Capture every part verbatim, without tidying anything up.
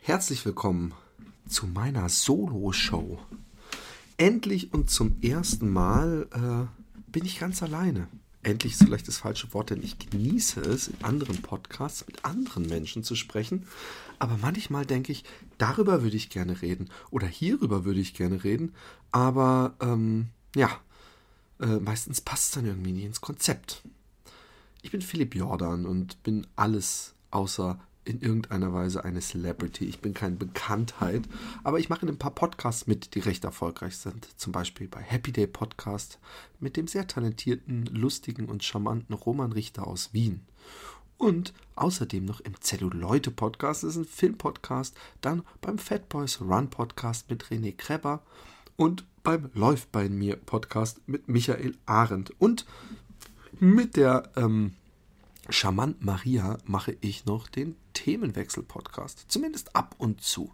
Herzlich willkommen zu meiner Solo-Show. Endlich und zum ersten Mal äh, bin ich ganz alleine. Endlich ist vielleicht das falsche Wort, denn ich genieße es, in anderen Podcasts mit anderen Menschen zu sprechen. Aber manchmal denke ich, darüber würde ich gerne reden oder hierüber würde ich gerne reden. Aber ähm, ja, äh, meistens passt es dann irgendwie nie ins Konzept. Ich bin Philipp Jordan und bin alles außer in irgendeiner Weise eine Celebrity. Ich bin keine Bekanntheit, aber ich mache in ein paar Podcasts mit, die recht erfolgreich sind. Zum Beispiel bei Happy Day Podcast mit dem sehr talentierten, lustigen und charmanten Roman Richter aus Wien. Und außerdem noch im Zelluleute Podcast, das ist ein Filmpodcast, dann beim Fat Boys Run Podcast mit René Kreber und beim Läuft bei mir Podcast mit Michael Arendt. Und mit der ähm, Charmant Maria mache ich noch den Themenwechsel-Podcast. Zumindest ab und zu.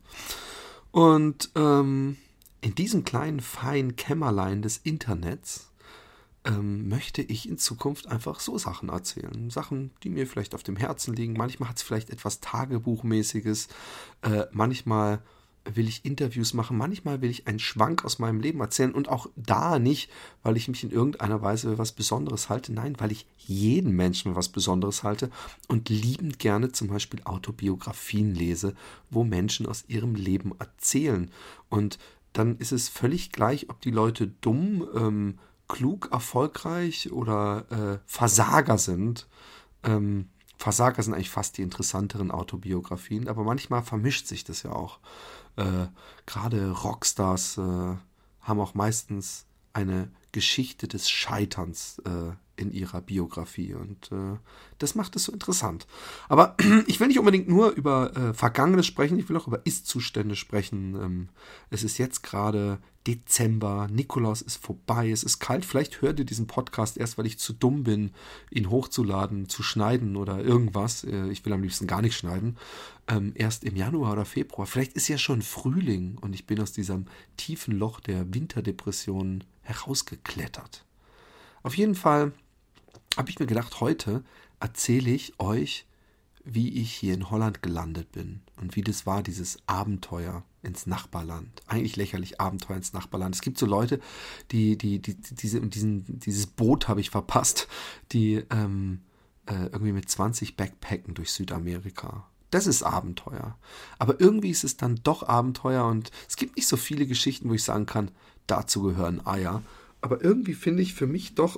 Und ähm, in diesem kleinen, feinen Kämmerlein des Internets ähm, möchte ich in Zukunft einfach so Sachen erzählen. Sachen, die mir vielleicht auf dem Herzen liegen. Manchmal hat es vielleicht etwas Tagebuchmäßiges. Äh, manchmal will ich Interviews machen, manchmal will ich einen Schwank aus meinem Leben erzählen und auch da nicht, weil ich mich in irgendeiner Weise für was Besonderes halte, nein, weil ich jeden Menschen für was Besonderes halte und liebend gerne zum Beispiel Autobiografien lese, wo Menschen aus ihrem Leben erzählen. Und dann ist es völlig gleich, ob die Leute dumm, ähm, klug, erfolgreich oder äh, Versager sind. Ähm, Versager sind eigentlich fast die interessanteren Autobiografien, aber manchmal vermischt sich das ja auch. Äh, gerade Rockstars äh, haben auch meistens eine Geschichte des Scheiterns äh, in ihrer Biografie und äh, das macht es so interessant. Aber ich will nicht unbedingt nur über äh, Vergangenes sprechen, ich will auch über Ist-Zustände sprechen. Ähm, es ist jetzt gerade Dezember, Nikolaus ist vorbei, es ist kalt. Vielleicht hört ihr diesen Podcast erst, weil ich zu dumm bin, ihn hochzuladen, zu schneiden oder irgendwas. Äh, ich will am liebsten gar nicht schneiden. Ähm, erst im Januar oder Februar. Vielleicht ist ja schon Frühling und ich bin aus diesem tiefen Loch der Winterdepression herausgeklettert. Auf jeden Fall habe ich mir gedacht, heute erzähle ich euch, wie ich hier in Holland gelandet bin und wie das war, dieses Abenteuer ins Nachbarland. Eigentlich lächerlich, Abenteuer ins Nachbarland. Es gibt so Leute, die, die, die, diese, diesen, dieses Boot habe ich verpasst, die ähm, äh, irgendwie mit zwanzig Backpacken durch Südamerika. Das ist Abenteuer. Aber irgendwie ist es dann doch Abenteuer und es gibt nicht so viele Geschichten, wo ich sagen kann, dazu gehören Eier. Aber irgendwie finde ich für mich doch,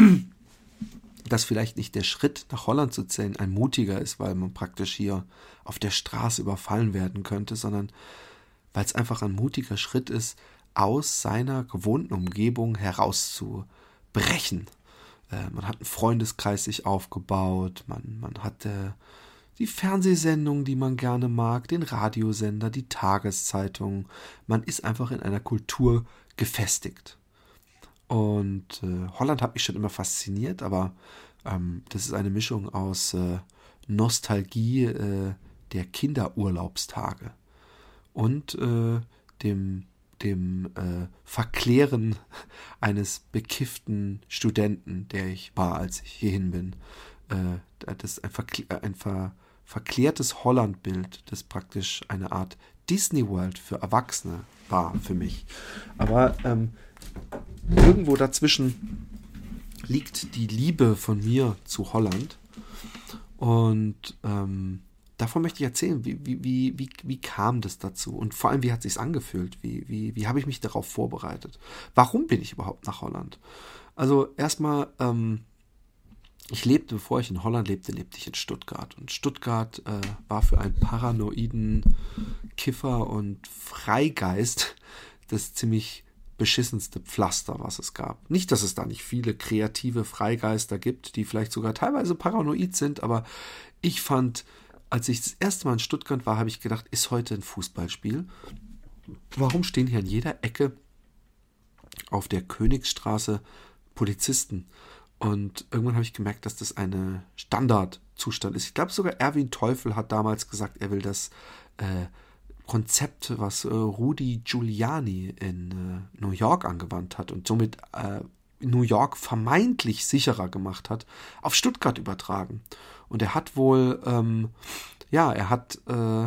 dass vielleicht nicht der Schritt nach Holland zu zählen ein mutiger ist, weil man praktisch hier auf der Straße überfallen werden könnte, sondern weil es einfach ein mutiger Schritt ist, aus seiner gewohnten Umgebung herauszubrechen. Äh, man hat einen Freundeskreis sich aufgebaut, man, man hatte die Fernsehsendungen, die man gerne mag, den Radiosender, die Tageszeitung. Man ist einfach in einer Kultur gefestigt. Und äh, Holland hat mich schon immer fasziniert, aber ähm, das ist eine Mischung aus äh, Nostalgie äh, der Kinderurlaubstage und äh, dem, dem äh, Verklären eines bekifften Studenten, der ich war, als ich hierhin bin. Äh, das ist ein, Verkl- ein ver- verklärtes Holland-Bild, das praktisch eine Art Disney World für Erwachsene war für mich. Aber ähm, irgendwo dazwischen liegt die Liebe von mir zu Holland und ähm, davon möchte ich erzählen, wie, wie, wie, wie, wie kam das dazu und vor allem, wie hat es sich angefühlt, wie, wie, wie habe ich mich darauf vorbereitet, warum bin ich überhaupt nach Holland? Also erstmal, ähm, ich lebte, bevor ich in Holland lebte, lebte ich in Stuttgart und Stuttgart äh, war für einen paranoiden Kiffer und Freigeist das ziemlich beschissenste Pflaster, was es gab. Nicht, dass es da nicht viele kreative Freigeister gibt, die vielleicht sogar teilweise paranoid sind, aber ich fand, als ich das erste Mal in Stuttgart war, habe ich gedacht, ist heute ein Fußballspiel? Warum stehen hier an jeder Ecke auf der Königsstraße Polizisten? Und irgendwann habe ich gemerkt, dass das ein Standardzustand ist. Ich glaube sogar Erwin Teufel hat damals gesagt, er will das äh, Konzept, was äh, Rudy Giuliani in äh, New York angewandt hat und somit äh, New York vermeintlich sicherer gemacht hat, auf Stuttgart übertragen. Und er hat wohl, ähm, ja, er hat äh,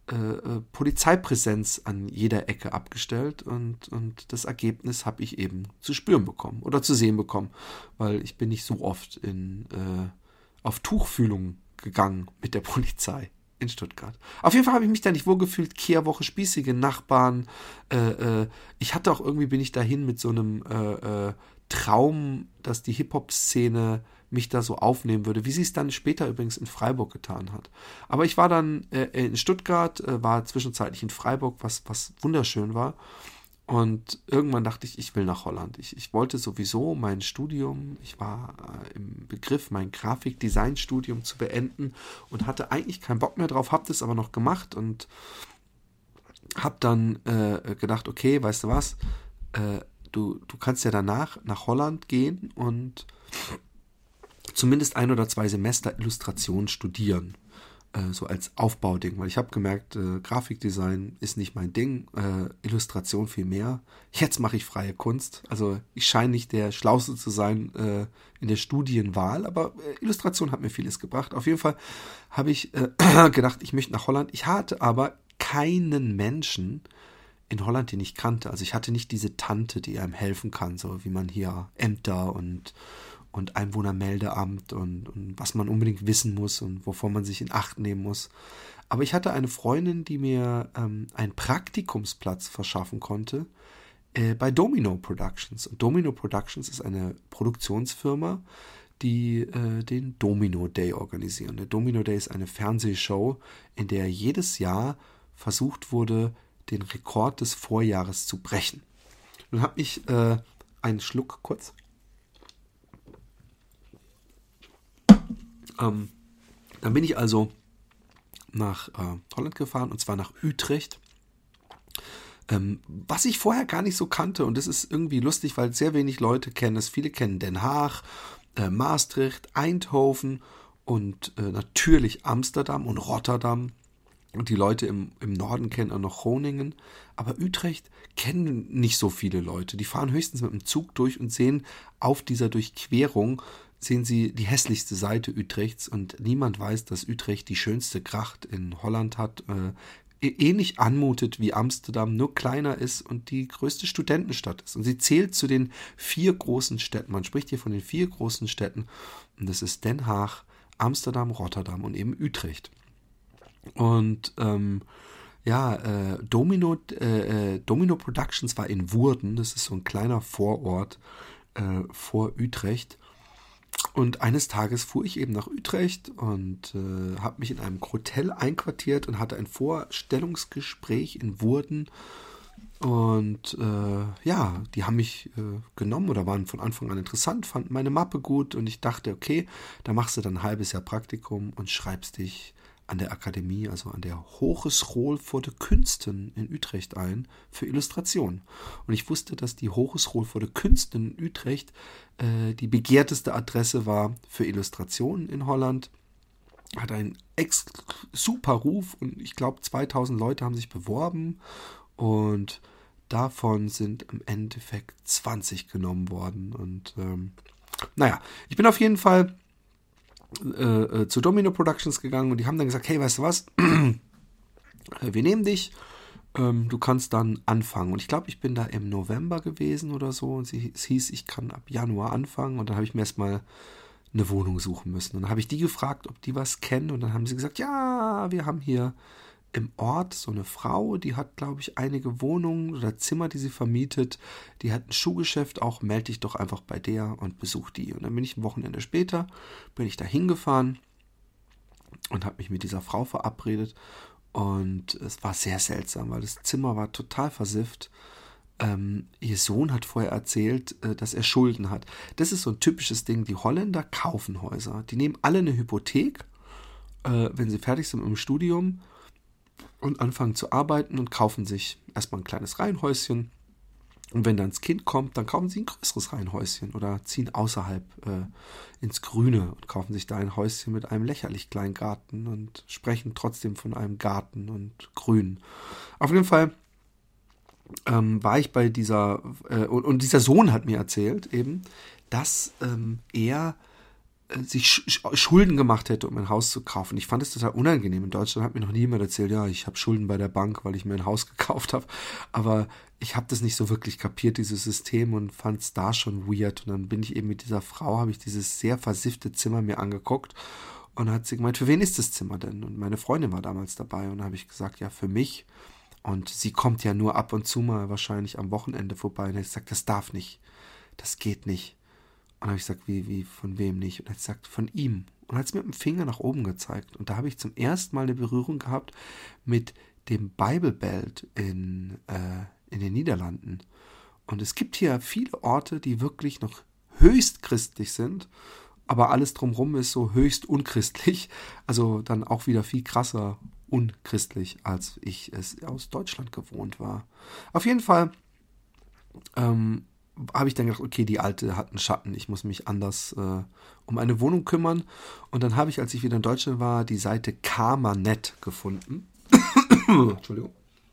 äh, Polizeipräsenz an jeder Ecke abgestellt und, und das Ergebnis habe ich eben zu spüren bekommen oder zu sehen bekommen, weil ich bin nicht so oft in, äh, auf Tuchfühlung gegangen mit der Polizei in Stuttgart. Auf jeden Fall habe ich mich da nicht wohlgefühlt. Kehrwoche, spießige Nachbarn. Äh, äh, ich hatte auch irgendwie, bin ich dahin mit so einem äh, äh, Traum, dass die Hip-Hop-Szene mich da so aufnehmen würde, wie sie es dann später übrigens in Freiburg getan hat. Aber ich war dann äh, in Stuttgart, äh, war zwischenzeitlich in Freiburg, was, was wunderschön war. Und irgendwann dachte ich, ich will nach Holland. Ich, ich wollte sowieso mein Studium, ich war äh, im Begriff, mein Grafikdesign-Studium zu beenden und hatte eigentlich keinen Bock mehr drauf, habe das aber noch gemacht und habe dann äh, gedacht, okay, weißt du was, äh, du, du kannst ja danach nach Holland gehen und zumindest ein oder zwei Semester Illustration studieren. So als Aufbauding, weil ich habe gemerkt, äh, Grafikdesign ist nicht mein Ding, äh, Illustration viel mehr. Jetzt mache ich freie Kunst. Also ich scheine nicht der Schlauste zu sein äh, in der Studienwahl, aber äh, Illustration hat mir vieles gebracht. Auf jeden Fall habe ich äh, gedacht, ich möchte nach Holland. Ich hatte aber keinen Menschen in Holland, den ich kannte. Also ich hatte nicht diese Tante, die einem helfen kann, so wie man hier Ämter und und Einwohnermeldeamt und, und was man unbedingt wissen muss und wovon man sich in Acht nehmen muss. Aber ich hatte eine Freundin, die mir ähm, einen Praktikumsplatz verschaffen konnte äh, bei Domino Productions. Und Domino Productions ist eine Produktionsfirma, die äh, den Domino Day organisieren. Der Domino Day ist eine Fernsehshow, in der jedes Jahr versucht wurde, den Rekord des Vorjahres zu brechen. Nun habe ich äh, einen Schluck kurz. Ähm, dann bin ich also nach äh, Holland gefahren und zwar nach Utrecht, ähm, was ich vorher gar nicht so kannte und das ist irgendwie lustig, weil sehr wenig Leute kennen es. Viele kennen Den Haag, äh, Maastricht, Eindhoven und äh, natürlich Amsterdam und Rotterdam und die Leute im, im Norden kennen auch noch Groningen, aber Utrecht kennen nicht so viele Leute. Die fahren höchstens mit dem Zug durch und sehen auf dieser Durchquerung sehen Sie die hässlichste Seite Utrechts und niemand weiß, dass Utrecht die schönste Gracht in Holland hat, äh, ähnlich anmutet wie Amsterdam, nur kleiner ist und die größte Studentenstadt ist. Und sie zählt zu den vier großen Städten. Man spricht hier von den vier großen Städten und das ist Den Haag, Amsterdam, Rotterdam und eben Utrecht. Und ähm, ja, äh, Domino, äh, Domino Productions war in Woerden, das ist so ein kleiner Vorort äh, vor Utrecht. Und eines Tages fuhr ich eben nach Utrecht und äh, habe mich in einem Hotel einquartiert und hatte ein Vorstellungsgespräch in Woerden. Und äh, ja, die haben mich äh, genommen oder waren von Anfang an interessant, fanden meine Mappe gut und ich dachte, okay, da machst du dann ein halbes Jahr Praktikum und schreibst dich an der Akademie, also an der Hogeschool voor de Kunsten in Utrecht ein für Illustration. Und ich wusste, dass die Hogeschool voor de Kunsten in Utrecht äh, die begehrteste Adresse war für Illustrationen in Holland. Hat einen ex- super Ruf und ich glaube zweitausend Leute haben sich beworben und davon sind im Endeffekt zwanzig genommen worden. Und ähm, naja, ich bin auf jeden Fall Äh, zu Domino Productions gegangen und die haben dann gesagt, hey, weißt du was, wir nehmen dich, ähm, du kannst dann anfangen. Und ich glaube, ich bin da im November gewesen oder so und sie, es hieß, ich kann ab Januar anfangen und dann habe ich mir erstmal eine Wohnung suchen müssen. Und dann habe ich die gefragt, ob die was kennen und dann haben sie gesagt, ja, wir haben hier im Ort so eine Frau, die hat, glaube ich, einige Wohnungen oder Zimmer, die sie vermietet. Die hat ein Schuhgeschäft, auch melde dich doch einfach bei der und besuch die. Und dann bin ich ein Wochenende später, bin ich da hingefahren und habe mich mit dieser Frau verabredet. Und es war sehr seltsam, weil das Zimmer war total versifft. Ähm, ihr Sohn hat vorher erzählt, äh, dass er Schulden hat. Das ist so ein typisches Ding. Die Holländer kaufen Häuser. Die nehmen alle eine Hypothek, äh, wenn sie fertig sind mit dem Studium und anfangen zu arbeiten und kaufen sich erstmal ein kleines Reihenhäuschen. Und wenn dann das Kind kommt, dann kaufen sie ein größeres Reihenhäuschen oder ziehen außerhalb äh, ins Grüne und kaufen sich da ein Häuschen mit einem lächerlich kleinen Garten und sprechen trotzdem von einem Garten und Grün. Auf jeden Fall ähm, war ich bei dieser, äh, und, und dieser Sohn hat mir erzählt eben, dass ähm, er äh, sich Sch- Schulden gemacht hätte, um ein Haus zu kaufen. Ich fand es total unangenehm. In Deutschland hat mir noch nie jemand erzählt, ja, ich habe Schulden bei der Bank, weil ich mir ein Haus gekauft habe. Aber ich habe das nicht so wirklich kapiert, dieses System, und fand es da schon weird. Und dann bin ich eben mit dieser Frau, habe ich dieses sehr versiffte Zimmer mir angeguckt. Und dann hat sie gemeint, für wen ist das Zimmer denn? Und meine Freundin war damals dabei. Und dann habe ich gesagt, ja, für mich. Und sie kommt ja nur ab und zu mal wahrscheinlich am Wochenende vorbei. Und er hat gesagt, das darf nicht. Das geht nicht. Und dann habe ich gesagt, wie, wie, von wem nicht? Und er hat gesagt, von ihm. Und hat es mit dem Finger nach oben gezeigt. Und da habe ich zum ersten Mal eine Berührung gehabt mit dem Bible Belt in, äh, in den Niederlanden. Und es gibt hier viele Orte, die wirklich noch höchst christlich sind. Aber alles drumherum ist so höchst unchristlich. Also dann auch wieder viel krasser unchristlich, als ich es aus Deutschland gewohnt war. Auf jeden Fall ähm, habe ich dann gedacht, okay, die Alte hat einen Schatten, ich muss mich anders äh, um eine Wohnung kümmern. Und dann habe ich, als ich wieder in Deutschland war, die Seite Karma Punkt net gefunden. Entschuldigung.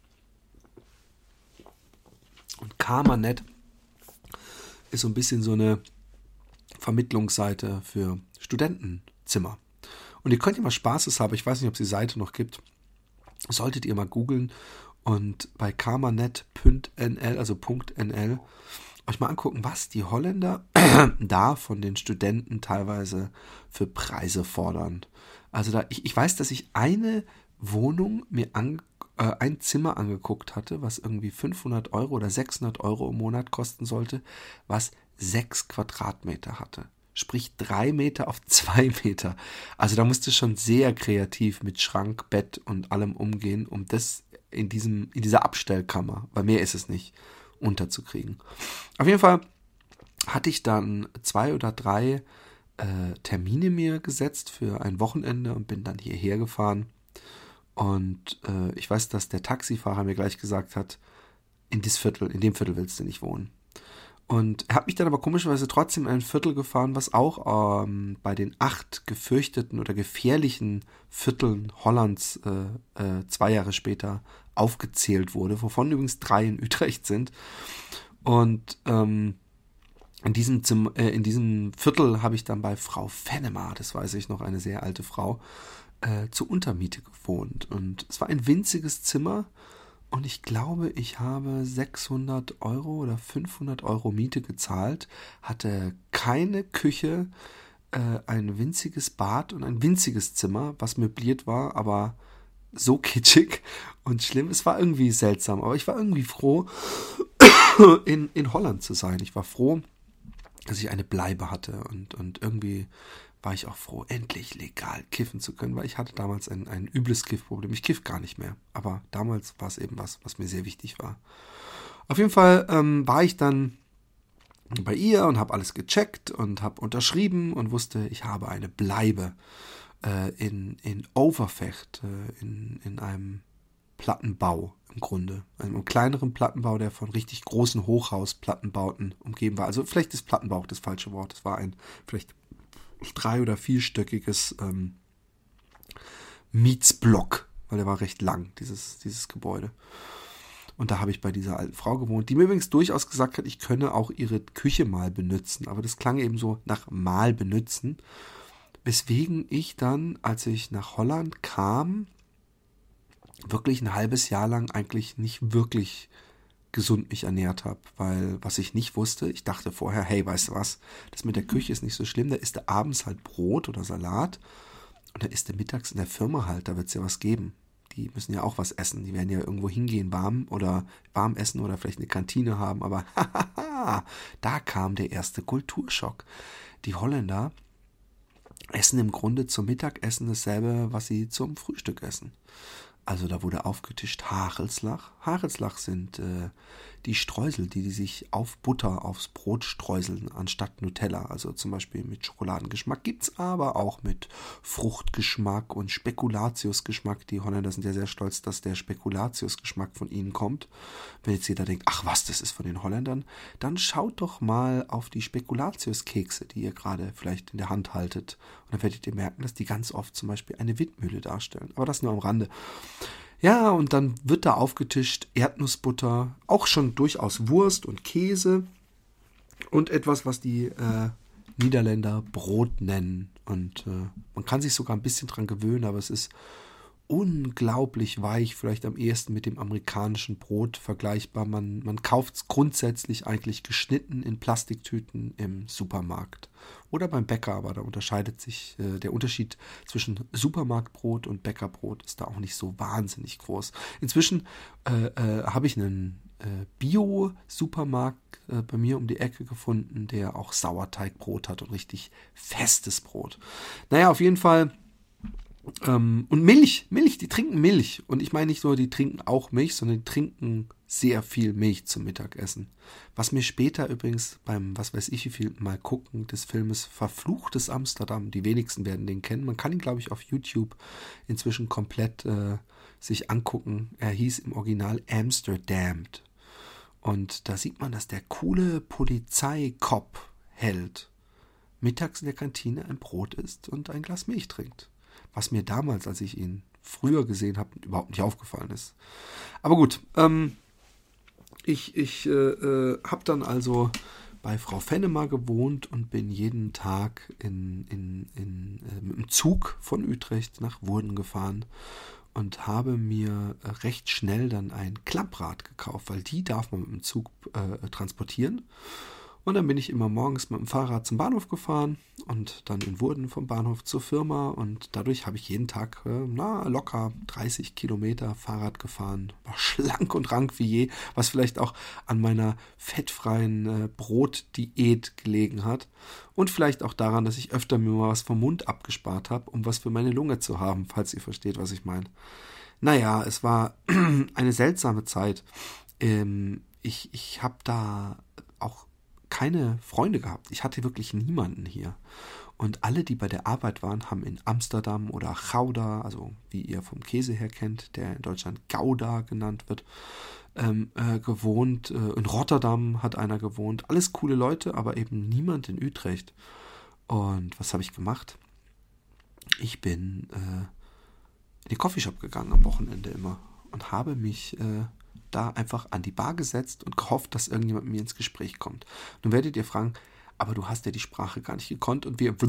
Und Karma Punkt net ist so ein bisschen so eine Vermittlungsseite für Studentenzimmer. Und ihr könnt ja mal spaßeshalber, ich weiß nicht, ob es die Seite noch gibt, solltet ihr mal googeln und bei karma punkt net.nl, also .nl, euch mal angucken, was die Holländer da von den Studenten teilweise für Preise fordern. Also da, ich, ich weiß, dass ich eine Wohnung mir an, äh, ein Zimmer angeguckt hatte, was irgendwie fünfhundert Euro oder sechshundert Euro im Monat kosten sollte, was sechs Quadratmeter hatte. Sprich drei Meter auf zwei Meter. Also da musste schon sehr kreativ mit Schrank, Bett und allem umgehen, um das in diesem, in dieser Abstellkammer, weil mehr ist es nicht, unterzukriegen. Auf jeden Fall hatte ich dann zwei oder drei äh, Termine mir gesetzt für ein Wochenende und bin dann hierher gefahren. Und äh, ich weiß, dass der Taxifahrer mir gleich gesagt hat, in das Viertel, in dem Viertel willst du nicht wohnen. Und er hat mich dann aber komischerweise trotzdem in ein Viertel gefahren, was auch ähm, bei den acht gefürchteten oder gefährlichen Vierteln Hollands äh, äh, zwei Jahre später aufgezählt wurde, wovon übrigens drei in Utrecht sind. Und ähm, in diesem, Zim- äh, in diesem Viertel habe ich dann bei Frau Venema, das weiß ich noch, eine sehr alte Frau, äh, zur Untermiete gewohnt. Und es war ein winziges Zimmer. Und ich glaube, ich habe sechshundert Euro oder fünfhundert Euro Miete gezahlt, hatte keine Küche, äh, ein winziges Bad und ein winziges Zimmer, was möbliert war, aber so kitschig und schlimm. Es war irgendwie seltsam, aber ich war irgendwie froh, in, in Holland zu sein. Ich war froh, dass ich eine Bleibe hatte und, und irgendwie war ich auch froh, endlich legal kiffen zu können, weil ich hatte damals ein, ein übles Kiffproblem. Ich kiff gar nicht mehr, aber damals war es eben was, was mir sehr wichtig war. Auf jeden Fall ähm, war ich dann bei ihr und habe alles gecheckt und habe unterschrieben und wusste, ich habe eine Bleibe äh, in, in Overvecht, äh, in, in einem Plattenbau im Grunde. Einem kleineren Plattenbau, der von richtig großen Hochhausplattenbauten umgeben war. Also vielleicht ist Plattenbau auch das falsche Wort. Es war ein vielleicht drei- oder vierstöckiges ähm, Mietsblock, weil der war recht lang, dieses, dieses Gebäude. Und da habe ich bei dieser alten Frau gewohnt, die mir übrigens durchaus gesagt hat, ich könne auch ihre Küche mal benutzen. Aber das klang eben so nach mal benutzen. Weswegen ich dann, als ich nach Holland kam, wirklich ein halbes Jahr lang eigentlich nicht wirklich gesund mich ernährt habe, weil was ich nicht wusste, ich dachte vorher, hey, weißt du was, das mit der Küche ist nicht so schlimm, da isst du abends halt Brot oder Salat und da isst du mittags in der Firma halt, da wird es ja was geben. Die müssen ja auch was essen, die werden ja irgendwo hingehen, warm oder warm essen oder vielleicht eine Kantine haben, aber da kam der erste Kulturschock. Die Holländer essen im Grunde zum Mittagessen dasselbe, was sie zum Frühstück essen. Also da wurde aufgetischt Hagelslag. Hagelslag sind äh, die Streusel, die, die sich auf Butter aufs Brot streuseln, anstatt Nutella. Also zum Beispiel mit Schokoladengeschmack. Gibt's aber auch mit Fruchtgeschmack und Spekulatiusgeschmack. Die Holländer sind ja sehr stolz, dass der Spekulatiusgeschmack von ihnen kommt. Wenn jetzt jeder denkt, ach was, das ist von den Holländern, dann schaut doch mal auf die Spekulatiuskekse, die ihr gerade vielleicht in der Hand haltet. Und dann werdet ihr merken, dass die ganz oft zum Beispiel eine Windmühle darstellen. Aber das nur am Rande. Ja, und dann wird da aufgetischt Erdnussbutter, auch schon durchaus Wurst und Käse und etwas, was die äh, Niederländer Brot nennen. Und äh, man kann sich sogar ein bisschen dran gewöhnen, aber es ist unglaublich weich, vielleicht am ehesten mit dem amerikanischen Brot vergleichbar. Man, man kauft es grundsätzlich eigentlich geschnitten in Plastiktüten im Supermarkt oder beim Bäcker, aber da unterscheidet sich, äh, der Unterschied zwischen Supermarktbrot und Bäckerbrot ist da auch nicht so wahnsinnig groß. Inzwischen äh, äh, habe ich einen äh, Bio-Supermarkt äh, bei mir um die Ecke gefunden, der auch Sauerteigbrot hat und richtig festes Brot. Naja, auf jeden Fall. Ähm, und Milch, Milch, die trinken Milch. Und ich meine nicht nur, die trinken auch Milch, sondern die trinken sehr viel Milch zum Mittagessen. Was mir später übrigens beim, was weiß ich wie viel Mal gucken des Filmes Verfluchtes Amsterdam, die wenigsten werden den kennen. Man kann ihn, glaube ich, auf YouTube inzwischen komplett äh, sich angucken. Er hieß im Original Amsterdamned. Und da sieht man, dass der coole Polizeikop Held mittags in der Kantine ein Brot isst und ein Glas Milch trinkt. Was mir damals, als ich ihn früher gesehen habe, überhaupt nicht aufgefallen ist. Aber gut, ähm, ich, ich äh, äh, habe dann also bei Frau Vennemer gewohnt und bin jeden Tag in, in, in, äh, mit dem Zug von Utrecht nach Woerden gefahren und habe mir äh, recht schnell dann ein Klapprad gekauft, weil die darf man mit dem Zug äh, transportieren. Und dann bin ich immer morgens mit dem Fahrrad zum Bahnhof gefahren und dann in Woerden vom Bahnhof zur Firma. Und dadurch habe ich jeden Tag äh, na, locker dreißig Kilometer Fahrrad gefahren. War schlank und rank wie je, was vielleicht auch an meiner fettfreien äh, Brotdiät gelegen hat. Und vielleicht auch daran, dass ich öfter mir mal was vom Mund abgespart habe, um was für meine Lunge zu haben, falls ihr versteht, was ich meine. Naja, es war eine seltsame Zeit. Ähm, ich ich habe da auch keine Freunde gehabt. Ich hatte wirklich niemanden hier. Und alle, die bei der Arbeit waren, haben in Amsterdam oder Gouda, also wie ihr vom Käse her kennt, der in Deutschland Gouda genannt wird, ähm, äh, gewohnt. Äh, in Rotterdam hat einer gewohnt. Alles coole Leute, aber eben niemand in Utrecht. Und was habe ich gemacht? Ich bin äh, in den Coffeeshop gegangen am Wochenende immer und habe mich äh, da einfach an die Bar gesetzt und gehofft, dass irgendjemand mit mir ins Gespräch kommt. Nun werdet ihr fragen, aber du hast ja die Sprache gar nicht gekonnt und wir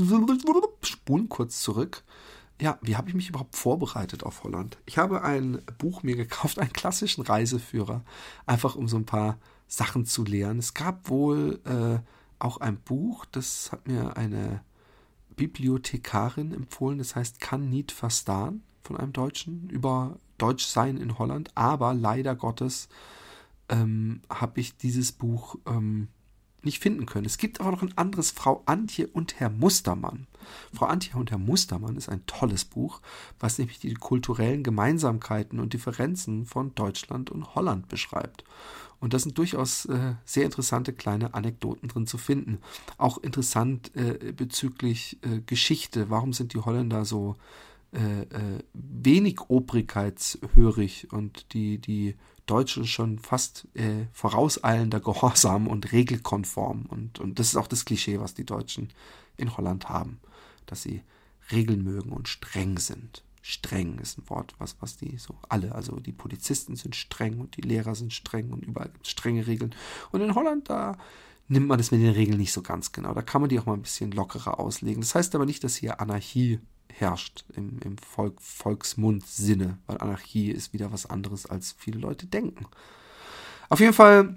spulen kurz zurück. Ja, wie habe ich mich überhaupt vorbereitet auf Holland? Ich habe ein Buch mir gekauft, einen klassischen Reiseführer, einfach um so ein paar Sachen zu lernen. Es gab wohl äh, auch ein Buch, das hat mir eine Bibliothekarin empfohlen, das heißt Kan niet verstaan, von einem Deutschen, über Deutschsein in Holland, aber leider Gottes ähm, habe ich dieses Buch ähm, nicht finden können. Es gibt aber noch ein anderes, Frau Antje und Herr Mustermann. Frau Antje und Herr Mustermann ist ein tolles Buch, was nämlich die kulturellen Gemeinsamkeiten und Differenzen von Deutschland und Holland beschreibt. Und da sind durchaus äh, sehr interessante kleine Anekdoten drin zu finden. Auch interessant äh, bezüglich äh, Geschichte. Warum sind die Holländer so äh, äh, wenig obrigkeitshörig und die, die Deutschen schon fast äh, vorauseilender Gehorsam und regelkonform. Und, und das ist auch das Klischee, was die Deutschen in Holland haben, dass sie Regeln mögen und streng sind. Streng ist ein Wort, was, was die so alle, also die Polizisten sind streng und die Lehrer sind streng und überall gibt es strenge Regeln. Und in Holland, da nimmt man das mit den Regeln nicht so ganz genau. Da kann man die auch mal ein bisschen lockerer auslegen. Das heißt aber nicht, dass hier Anarchie herrscht im, im Volk, Volksmund-Sinne, weil Anarchie ist wieder was anderes, als viele Leute denken. Auf jeden Fall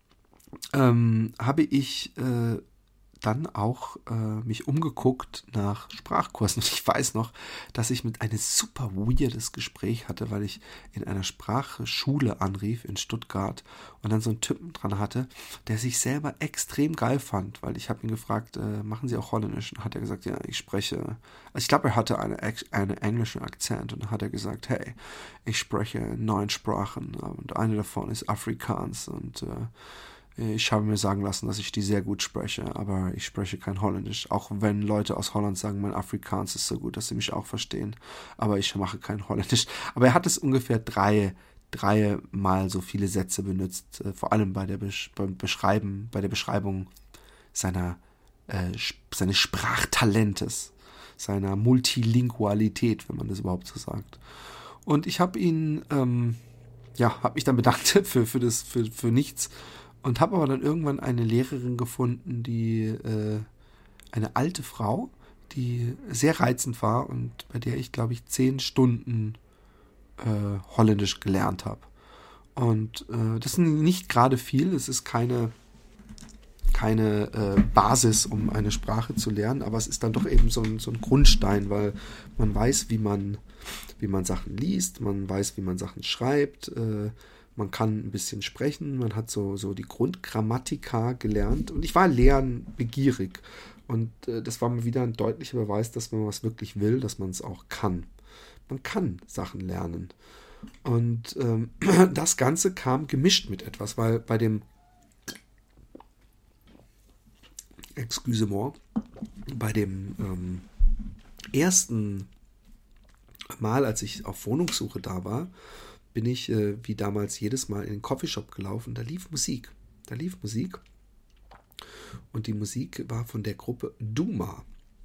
ähm, habe ich äh, dann auch äh, mich umgeguckt nach Sprachkursen. Und ich weiß noch, dass ich mit einem super weirdes Gespräch hatte, weil ich in einer Sprachschule anrief in Stuttgart und dann so einen Typen dran hatte, der sich selber extrem geil fand, weil ich habe ihn gefragt, äh, machen Sie auch Holländisch? Und hat er gesagt, ja, ich spreche, also ich glaube, er hatte eine, einen englischen Akzent und dann hat er gesagt, hey, ich spreche neun Sprachen und eine davon ist Afrikaans und äh, ich habe mir sagen lassen, dass ich die sehr gut spreche, aber ich spreche kein Holländisch. Auch wenn Leute aus Holland sagen, mein Afrikaans ist so gut, dass sie mich auch verstehen. Aber ich mache kein Holländisch. Aber er hat es ungefähr drei, drei Mal so viele Sätze benutzt, äh, vor allem bei der Besch- beim Beschreiben, bei der Beschreibung seiner, äh, seines Sprachtalentes, seiner Multilingualität, wenn man das überhaupt so sagt. Und ich habe ihn, ähm, ja, habe mich dann bedankt für, für, das, für, für nichts. Und habe aber dann irgendwann eine Lehrerin gefunden, die äh, eine alte Frau, die sehr reizend war und bei der ich, glaube ich, zehn Stunden äh, Holländisch gelernt habe. Und äh, das ist nicht gerade viel, es ist keine, keine äh, Basis, um eine Sprache zu lernen, aber es ist dann doch eben so ein, so ein Grundstein, weil man weiß, wie man, wie man Sachen liest, man weiß, wie man Sachen schreibt, äh, man kann ein bisschen sprechen, man hat so, so die Grundgrammatika gelernt und ich war lernbegierig und äh, das war mal wieder ein deutlicher Beweis, dass man was wirklich will, dass man es auch kann. Man kann Sachen lernen. Und ähm, das Ganze kam gemischt mit etwas, weil bei dem Excusez-moi, bei dem ähm, ersten Mal, als ich auf Wohnungssuche da war, bin ich äh, wie damals jedes Mal in den Coffeeshop gelaufen. Da lief Musik. Da lief Musik. Und die Musik war von der Gruppe Duma.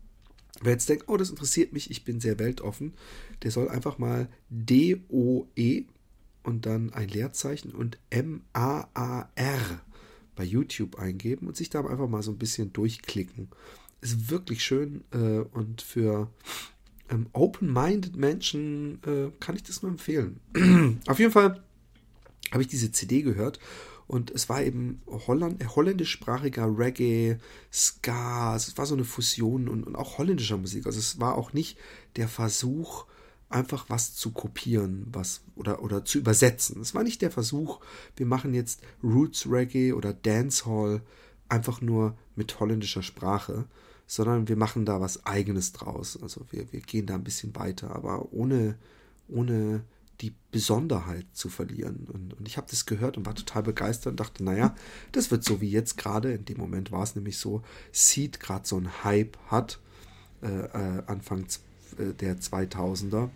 Wer jetzt denkt, oh, das interessiert mich, ich bin sehr weltoffen, der soll einfach mal D O E und dann ein Leerzeichen und M A A R bei YouTube eingeben und sich da einfach mal so ein bisschen durchklicken. Ist wirklich schön äh, und für ähm, open-minded Menschen äh, kann ich das nur empfehlen. Auf jeden Fall habe ich diese C D gehört und es war eben Holland, holländischsprachiger Reggae, Ska, es war so eine Fusion und, und auch holländischer Musik. Also es war auch nicht der Versuch, einfach was zu kopieren, was oder, oder zu übersetzen. Es war nicht der Versuch, wir machen jetzt Roots Reggae oder Dancehall einfach nur mit holländischer Sprache, sondern wir machen da was Eigenes draus. Also wir, wir gehen da ein bisschen weiter, aber ohne, ohne die Besonderheit zu verlieren. Und, und ich habe das gehört und war total begeistert und dachte, naja, das wird so wie jetzt gerade, in dem Moment war es nämlich so, Seed gerade so einen Hype hat, äh, äh, Anfang äh, der zweitausender,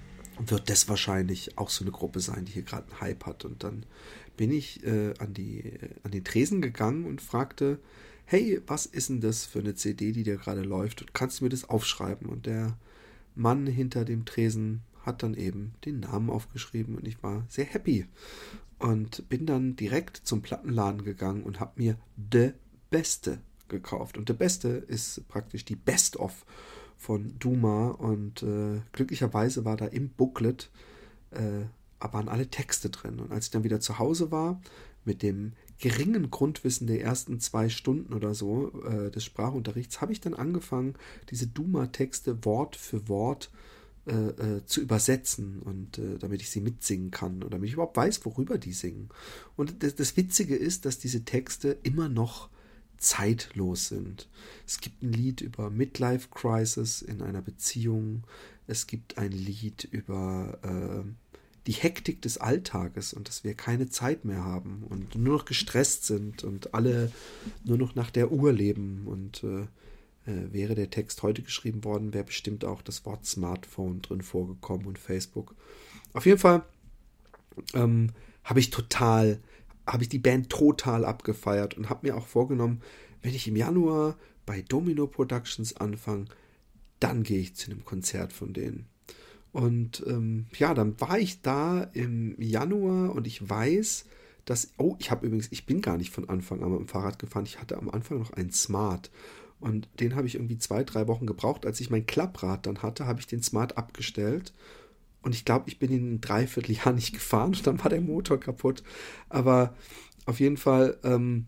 wird das wahrscheinlich auch so eine Gruppe sein, die hier gerade einen Hype hat. Und dann bin ich äh, an, die, äh, an den Tresen gegangen und fragte, hey, was ist denn das für eine C D, die da gerade läuft? Und kannst du mir das aufschreiben? Und der Mann hinter dem Tresen hat dann eben den Namen aufgeschrieben und ich war sehr happy. Und bin dann direkt zum Plattenladen gegangen und habe mir De Beste gekauft. Und De Beste ist praktisch die Best-of von Duma und äh, glücklicherweise war da im Booklet äh, waren alle Texte drin. Und als ich dann wieder zu Hause war, mit dem geringen Grundwissen der ersten zwei Stunden oder so äh, des Sprachunterrichts, habe ich dann angefangen, diese Duma-Texte Wort für Wort äh, äh, zu übersetzen und äh, damit ich sie mitsingen kann und damit ich überhaupt weiß, worüber die singen. Und das, das Witzige ist, dass diese Texte immer noch zeitlos sind. Es gibt ein Lied über Midlife Crisis in einer Beziehung. Es gibt ein Lied über äh, die Hektik des Alltages und dass wir keine Zeit mehr haben und nur noch gestresst sind und alle nur noch nach der Uhr leben. Und äh, äh, wäre der Text heute geschrieben worden, wäre bestimmt auch das Wort Smartphone drin vorgekommen und Facebook. Auf jeden Fall ähm, habe ich total habe ich die Band total abgefeiert und habe mir auch vorgenommen, wenn ich im Januar bei Domino Productions anfange, dann gehe ich zu einem Konzert von denen. Und ähm, ja, dann war ich da im Januar und ich weiß, dass, oh, ich habe übrigens, ich bin gar nicht von Anfang an mit dem Fahrrad gefahren, ich hatte am Anfang noch einen Smart und den habe ich irgendwie zwei, drei Wochen gebraucht. Als ich mein Klapprad dann hatte, habe ich den Smart abgestellt. Und ich glaube, ich bin in ein Dreivierteljahr nicht gefahren und dann war der Motor kaputt. Aber auf jeden Fall ähm,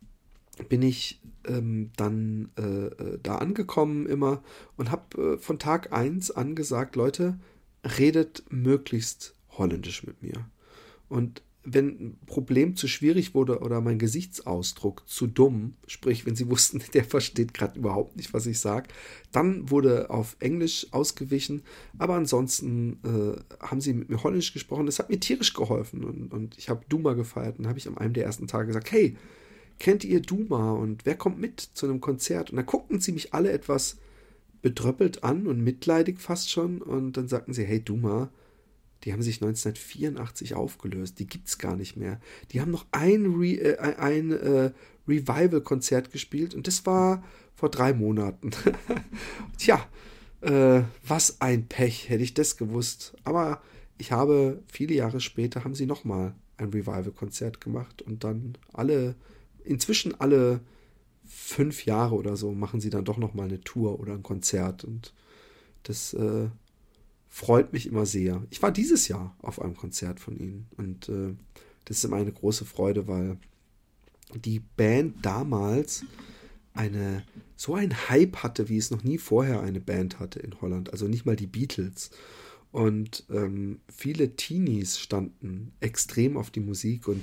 bin ich ähm, dann äh, da angekommen immer und habe äh, von Tag eins an gesagt, Leute, redet möglichst holländisch mit mir. Und wenn ein Problem zu schwierig wurde oder mein Gesichtsausdruck zu dumm, sprich, wenn sie wussten, der versteht gerade überhaupt nicht, was ich sage, dann wurde auf Englisch ausgewichen, aber ansonsten äh, haben sie mit mir Holländisch gesprochen, das hat mir tierisch geholfen und, und ich habe Duma gefeiert und habe ich an einem der ersten Tage gesagt, hey, kennt ihr Duma und wer kommt mit zu einem Konzert? Und da guckten sie mich alle etwas bedröppelt an und mitleidig fast schon und dann sagten sie, hey Duma, die haben sich neunzehnhundertvierundachtzig aufgelöst. Die gibt's gar nicht mehr. Die haben noch ein, Re, äh, ein äh, Revival-Konzert gespielt und das war vor drei Monaten. Tja, äh, was ein Pech, hätte ich das gewusst. Aber ich habe, viele Jahre später, haben sie nochmal ein Revival-Konzert gemacht und dann alle, inzwischen alle fünf Jahre oder so machen sie dann doch nochmal eine Tour oder ein Konzert. Und das äh, freut mich immer sehr. Ich war dieses Jahr auf einem Konzert von ihnen. Und äh, das ist immer eine große Freude, weil die Band damals eine so einen Hype hatte, wie es noch nie vorher eine Band hatte in Holland. Also nicht mal die Beatles. Und ähm, viele Teenies standen extrem auf die Musik und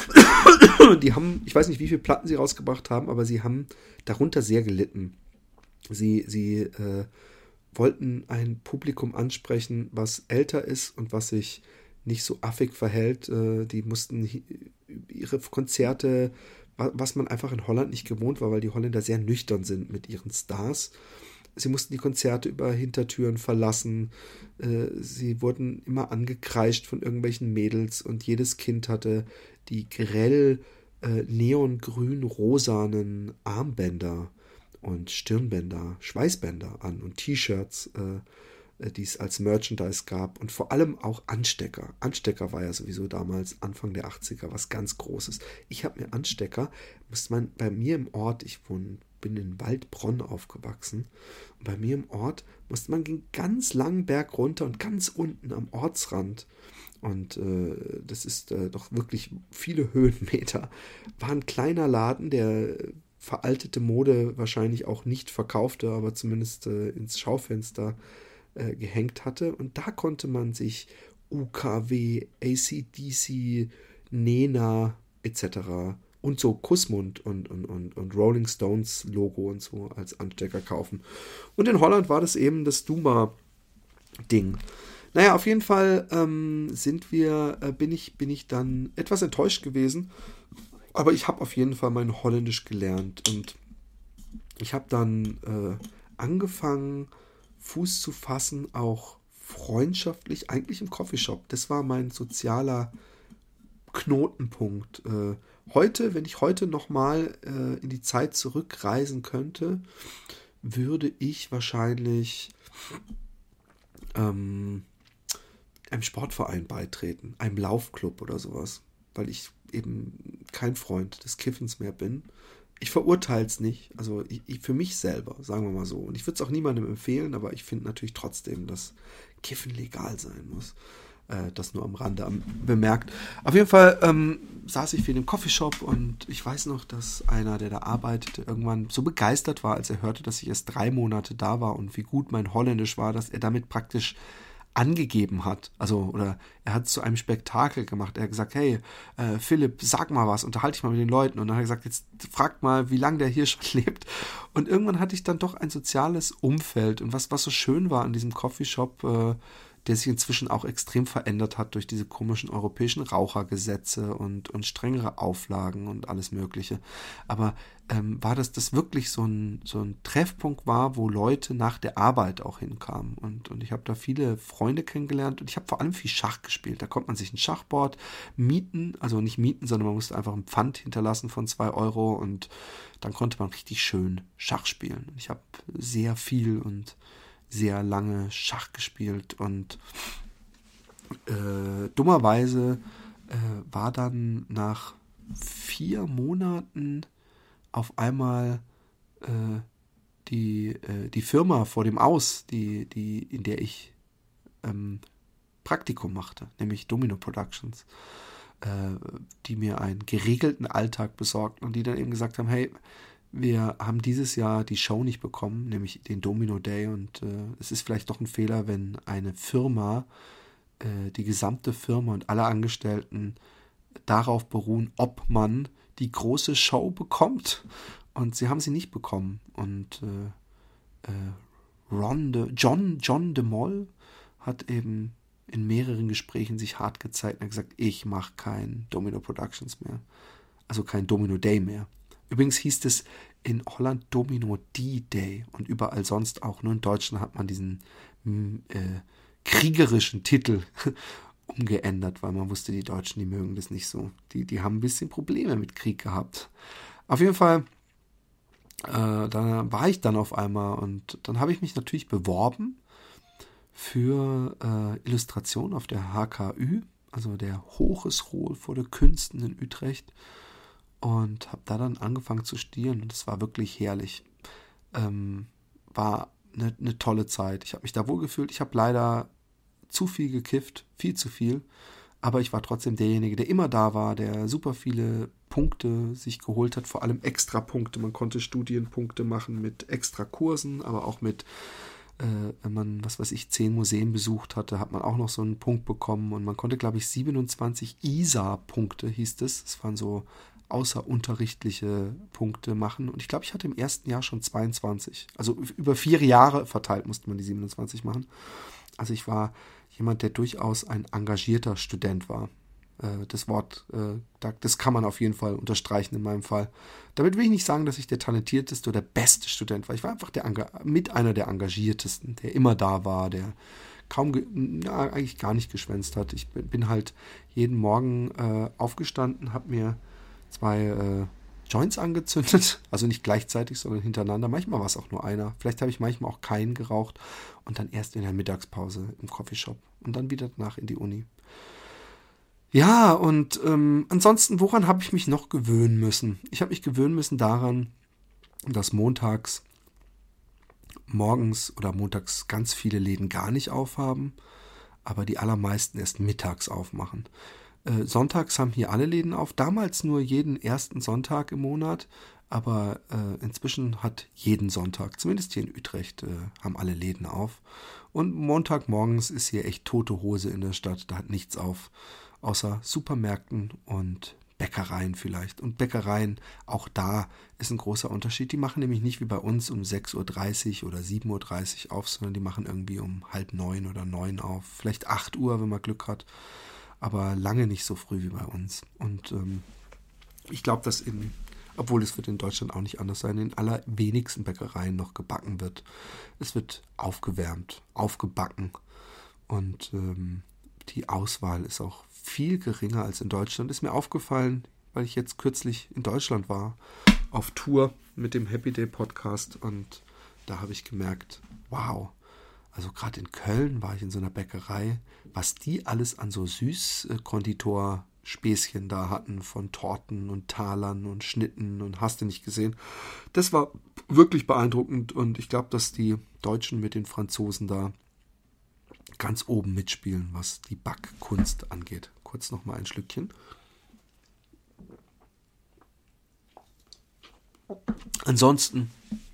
die haben, ich weiß nicht, wie viele Platten sie rausgebracht haben, aber sie haben darunter sehr gelitten. Sie, sie äh, wollten ein Publikum ansprechen, was älter ist und was sich nicht so affig verhält. Äh, die mussten ihre Konzerte, was man einfach in Holland nicht gewohnt war, weil die Holländer sehr nüchtern sind mit ihren Stars. Sie mussten die Konzerte über Hintertüren verlassen. Sie wurden immer angekreischt von irgendwelchen Mädels und jedes Kind hatte die grell neongrün-rosanen Armbänder und Stirnbänder, Schweißbänder an und T-Shirts, die es als Merchandise gab und vor allem auch Anstecker. Anstecker war ja sowieso damals Anfang der achtziger was ganz Großes. Ich habe mir Anstecker, musste man bei mir im Ort, ich wohne, bin in Waldbronn aufgewachsen, und bei mir im Ort musste man einen ganz langen Berg runter und ganz unten am Ortsrand, und äh, das ist äh, doch wirklich viele Höhenmeter, war ein kleiner Laden, der veraltete Mode wahrscheinlich auch nicht verkaufte, aber zumindest äh, ins Schaufenster gehängt hatte, und da konnte man sich U K W, A C D C, Nena et cetera und so Kussmund und, und, und, und Rolling Stones Logo und so als Anstecker kaufen. Und in Holland war das eben das Duma-Ding. Naja, auf jeden Fall ähm, sind wir, äh, bin ich, bin ich dann etwas enttäuscht gewesen, aber ich habe auf jeden Fall mein Holländisch gelernt und ich habe dann äh, angefangen, Fuß zu fassen, auch freundschaftlich, eigentlich im Coffeeshop. Das war mein sozialer Knotenpunkt. Äh, heute, wenn ich heute nochmal äh, in die Zeit zurückreisen könnte, würde ich wahrscheinlich ähm, einem Sportverein beitreten, einem Laufclub oder sowas, weil ich eben kein Freund des Kiffens mehr bin. Ich verurteile es nicht, also ich, ich, für mich selber, sagen wir mal so. Und ich würde es auch niemandem empfehlen, aber ich finde natürlich trotzdem, dass Kiffen legal sein muss. Äh, das nur am Rande am, bemerkt. Auf jeden Fall ähm, saß ich viel im Coffeeshop und ich weiß noch, dass einer, der da arbeitete, irgendwann so begeistert war, als er hörte, dass ich erst drei Monate da war und wie gut mein Holländisch war, dass er damit praktisch angegeben hat, also oder er hat es zu einem Spektakel gemacht. Er hat gesagt, hey, äh, Philipp, sag mal was, unterhalte dich mal mit den Leuten. Und dann hat er gesagt, jetzt fragt mal, wie lange der hier schon lebt. Und irgendwann hatte ich dann doch ein soziales Umfeld. Und was, was so schön war an diesem Coffeeshop, äh, der sich inzwischen auch extrem verändert hat durch diese komischen europäischen Rauchergesetze und, und strengere Auflagen und alles Mögliche. Aber ähm, war das, das wirklich so ein, so ein Treffpunkt war, wo Leute nach der Arbeit auch hinkamen. Und, und ich habe da viele Freunde kennengelernt und ich habe vor allem viel Schach gespielt. Da konnte man sich ein Schachboard mieten, also nicht mieten, sondern man musste einfach ein Pfand hinterlassen von zwei Euro und dann konnte man richtig schön Schach spielen. Ich habe sehr viel und sehr lange Schach gespielt und äh, dummerweise äh, war dann nach vier Monaten auf einmal äh, die, äh, die Firma vor dem Aus, die, die, in der ich ähm, Praktikum machte, nämlich Domino Productions, äh, die mir einen geregelten Alltag besorgten und die dann eben gesagt haben, hey, wir haben dieses Jahr die Show nicht bekommen, nämlich den Domino Day, und äh, es ist vielleicht doch ein Fehler, wenn eine Firma, äh, die gesamte Firma und alle Angestellten darauf beruhen, ob man die große Show bekommt. Und sie haben sie nicht bekommen. Und äh, äh, Ron de, John, John de Mol hat eben in mehreren Gesprächen sich hart gezeigt und hat gesagt, ich mache kein Domino Productions mehr. Also kein Domino Day mehr. Übrigens hieß es in Holland Domino D-Day und überall sonst auch. Nur in Deutschland hat man diesen äh, kriegerischen Titel umgeändert, weil man wusste, die Deutschen, die mögen das nicht so. Die, die haben ein bisschen Probleme mit Krieg gehabt. Auf jeden Fall, äh, da war ich dann auf einmal und dann habe ich mich natürlich beworben für äh, Illustration auf der H K Ü, also der Hogeschool voor de Kunsten in Utrecht. und habe da dann angefangen zu studieren und es war wirklich herrlich. Ähm, war eine, eine tolle Zeit. Ich habe mich da wohl gefühlt. Ich habe leider zu viel gekifft, viel zu viel, aber ich war trotzdem derjenige, der immer da war, der super viele Punkte sich geholt hat, vor allem Extrapunkte. Man konnte Studienpunkte machen mit Extrakursen, aber auch mit, äh, wenn man, was weiß ich, zehn Museen besucht hatte, hat man auch noch so einen Punkt bekommen und man konnte, glaube ich, siebenundzwanzig I S A-Punkte, hieß das. Das waren so außerunterrichtliche Punkte machen und ich glaube, ich hatte im ersten Jahr schon zweiundzwanzig. Also über vier Jahre verteilt musste man die siebenundzwanzig machen. Also ich war jemand, der durchaus ein engagierter Student war. Das Wort, das kann man auf jeden Fall unterstreichen in meinem Fall. Damit will ich nicht sagen, dass ich der talentierteste oder beste Student war. Ich war einfach der, mit einer der engagiertesten, der immer da war, der kaum, ja, eigentlich gar nicht geschwänzt hat. Ich bin halt jeden Morgen äh, aufgestanden, habe mir zwei äh, Joints angezündet, also nicht gleichzeitig, sondern hintereinander. Manchmal war es auch nur einer. Vielleicht habe ich manchmal auch keinen geraucht und dann erst in der Mittagspause im Coffeeshop und dann wieder danach in die Uni. Ja, und ähm, ansonsten, woran habe ich mich noch gewöhnen müssen? Ich habe mich gewöhnen müssen daran, dass montags, morgens oder montags ganz viele Läden gar nicht aufhaben, aber die allermeisten erst mittags aufmachen. Äh, sonntags haben hier alle Läden auf, damals nur jeden ersten Sonntag im Monat, aber äh, inzwischen hat jeden Sonntag, zumindest hier in Utrecht, äh, haben alle Läden auf. Und Montagmorgens ist hier echt tote Hose in der Stadt, da hat nichts auf. Außer Supermärkten und Bäckereien vielleicht. Und Bäckereien, auch da ist ein großer Unterschied. Die machen nämlich nicht wie bei uns um sechs Uhr dreißig oder sieben Uhr dreißig auf, sondern die machen irgendwie um halb neun oder neun auf. Vielleicht acht Uhr, wenn man Glück hat. Aber lange nicht so früh wie bei uns. Und ähm, ich glaube, dass in, obwohl es wird in Deutschland auch nicht anders sein, in allerwenigsten Bäckereien noch gebacken wird. Es wird aufgewärmt, aufgebacken. Und ähm, die Auswahl ist auch viel geringer als in Deutschland. Ist mir aufgefallen, weil ich jetzt kürzlich in Deutschland war, auf Tour mit dem Happy Day Podcast und da habe ich gemerkt, wow, also gerade in Köln war ich in so einer Bäckerei, was die alles an so Süßkonditor-Späßchen da hatten, von Torten und Talern und Schnitten und hast du nicht gesehen. Das war wirklich beeindruckend und ich glaube, dass die Deutschen mit den Franzosen da ganz oben mitspielen, was die Backkunst angeht. Kurz noch mal ein Schlückchen. Ansonsten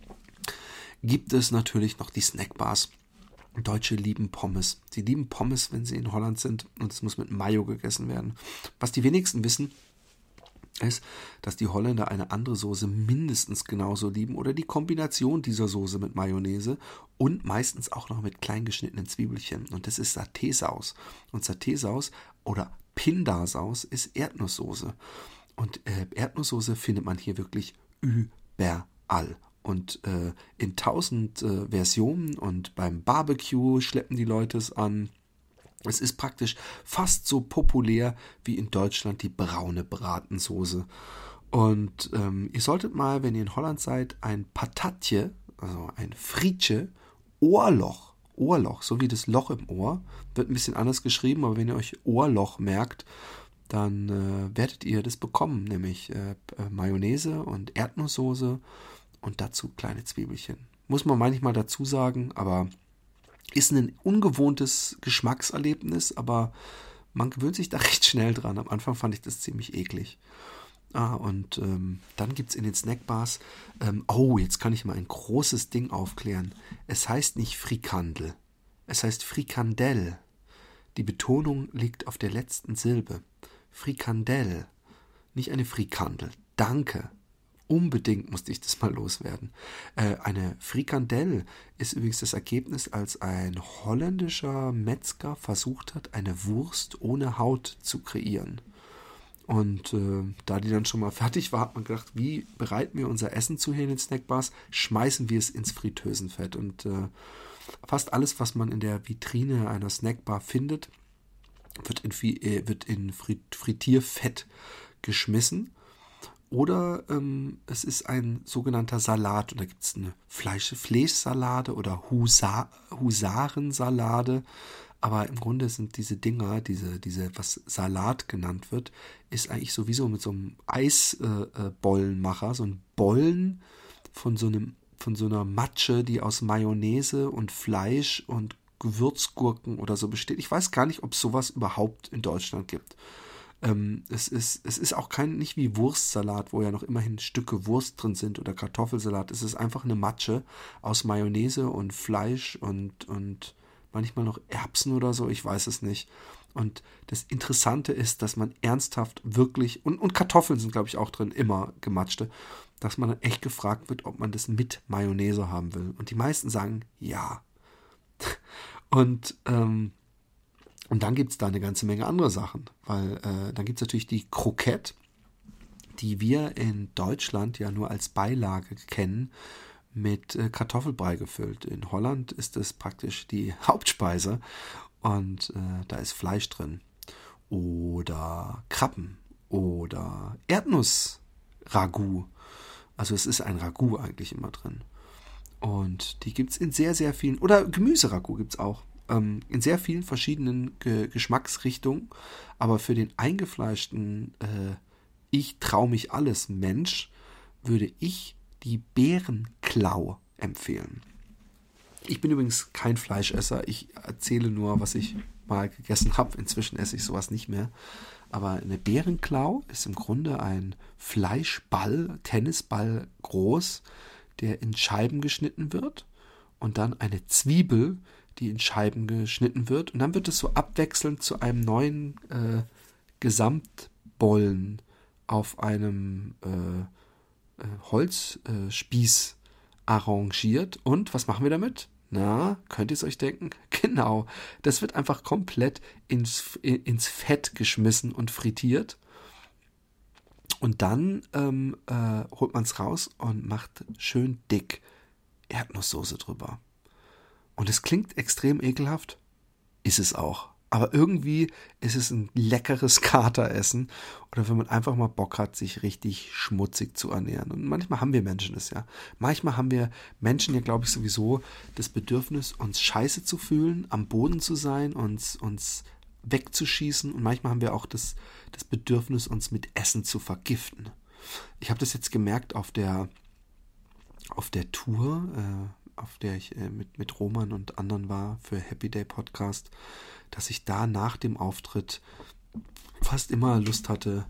gibt es natürlich noch die Snackbars. Deutsche lieben Pommes. Sie lieben Pommes, wenn sie in Holland sind und es muss mit Mayo gegessen werden. Was die wenigsten wissen, ist, dass die Holländer eine andere Soße mindestens genauso lieben oder die Kombination dieser Soße mit Mayonnaise und meistens auch noch mit klein geschnittenen Zwiebelchen. Und das ist Saté-Saus. Und Saté-Saus oder Pinda-Saus ist Erdnusssoße. Und äh, Erdnusssoße findet man hier wirklich überall. Und äh, in tausend äh, Versionen und beim Barbecue schleppen die Leute es an. Es ist praktisch fast so populär wie in Deutschland die braune Bratensoße. Und ähm, ihr solltet mal, wenn ihr in Holland seid, ein Patatje, also ein Frietje, Ohrloch, Ohrloch, so wie das Loch im Ohr, wird ein bisschen anders geschrieben, aber wenn ihr euch Ohrloch merkt, dann äh, werdet ihr das bekommen, nämlich äh, Mayonnaise und Erdnusssoße und dazu kleine Zwiebelchen. Muss man manchmal dazu sagen, aber ist ein ungewohntes Geschmackserlebnis, aber man gewöhnt sich da recht schnell dran. Am Anfang fand ich das ziemlich eklig. Ah, und ähm, dann gibt es in den Snackbars, ähm, oh, jetzt kann ich mal ein großes Ding aufklären. Es heißt nicht Frikandel, es heißt Frikandel. Die Betonung liegt auf der letzten Silbe. Frikandel, nicht eine Frikandel. Danke. Unbedingt musste ich das mal loswerden. Äh, eine Frikandel ist übrigens das Ergebnis, als ein holländischer Metzger versucht hat, eine Wurst ohne Haut zu kreieren. Und äh, da die dann schon mal fertig war, hat man gedacht, wie bereiten wir unser Essen zu hier in den Snackbars? Schmeißen wir es ins Fritteusenfett. Und äh, fast alles, was man in der Vitrine einer Snackbar findet, wird in, äh, wird in Frit- Frittierfett geschmissen. Oder ähm, es ist ein sogenannter Salat. Und da gibt es eine Fleisch- Fleischsalade oder Husa- Husarensalade. aber im Grunde sind diese Dinger, diese, diese, was Salat genannt wird, ist eigentlich sowieso mit so einem Eisbollenmacher, äh, so ein Bollen von so einem, von so einer Matsche, die aus Mayonnaise und Fleisch und Gewürzgurken oder so besteht. Ich weiß gar nicht, ob es sowas überhaupt in Deutschland gibt. Ähm, es ist, es ist auch kein, nicht wie Wurstsalat, wo ja noch immerhin Stücke Wurst drin sind oder Kartoffelsalat. Es ist einfach eine Matsche aus Mayonnaise und Fleisch und, und manchmal noch Erbsen oder so, ich weiß es nicht. Und das Interessante ist, dass man ernsthaft wirklich, und, und Kartoffeln sind, glaube ich, auch drin, immer gematschte, dass man dann echt gefragt wird, ob man das mit Mayonnaise haben will. Und die meisten sagen, ja. Und, ähm, und dann gibt es da eine ganze Menge andere Sachen, weil äh, dann gibt es natürlich die Kroquette, die wir in Deutschland ja nur als Beilage kennen, mit äh, Kartoffelbrei gefüllt. In Holland ist es praktisch die Hauptspeise und äh, da ist Fleisch drin. Oder Krabben oder Erdnuss-Ragout. Also es ist ein Ragout eigentlich immer drin. Und die gibt es in sehr, sehr vielen, oder Gemüseragout gibt es auch, ähm, in sehr vielen verschiedenen Ge- Geschmacksrichtungen. Aber für den eingefleischten äh, Ich trau mich alles Mensch würde ich die Bärenklau empfehlen. Ich bin übrigens kein Fleischesser. Ich erzähle nur, was ich mal gegessen habe. Inzwischen esse ich sowas nicht mehr. Aber eine Bärenklau ist im Grunde ein Fleischball, Tennisball groß, der in Scheiben geschnitten wird. Und dann eine Zwiebel, die in Scheiben geschnitten wird. Und dann wird es so abwechselnd zu einem neuen äh, Gesamtbollen auf einem äh, Holzspieß äh, arrangiert. Und was machen wir damit? Na, könnt ihr es euch denken? Genau, das wird einfach komplett ins, ins Fett geschmissen und frittiert. Und dann ähm, äh, holt man es raus und macht schön dick Erdnusssoße drüber. Und es klingt extrem ekelhaft, ist es auch. Aber irgendwie ist es ein leckeres Kateressen oder wenn man einfach mal Bock hat, sich richtig schmutzig zu ernähren. Und manchmal haben wir Menschen das ja. Manchmal haben wir Menschen ja, glaube ich, sowieso das Bedürfnis, uns scheiße zu fühlen, am Boden zu sein, uns, uns wegzuschießen. Und manchmal haben wir auch das, das Bedürfnis, uns mit Essen zu vergiften. Ich habe das jetzt gemerkt auf der, auf der Tour, äh, auf der ich äh, mit, mit Roman und anderen war für Happy Day Podcast, dass ich da nach dem Auftritt fast immer Lust hatte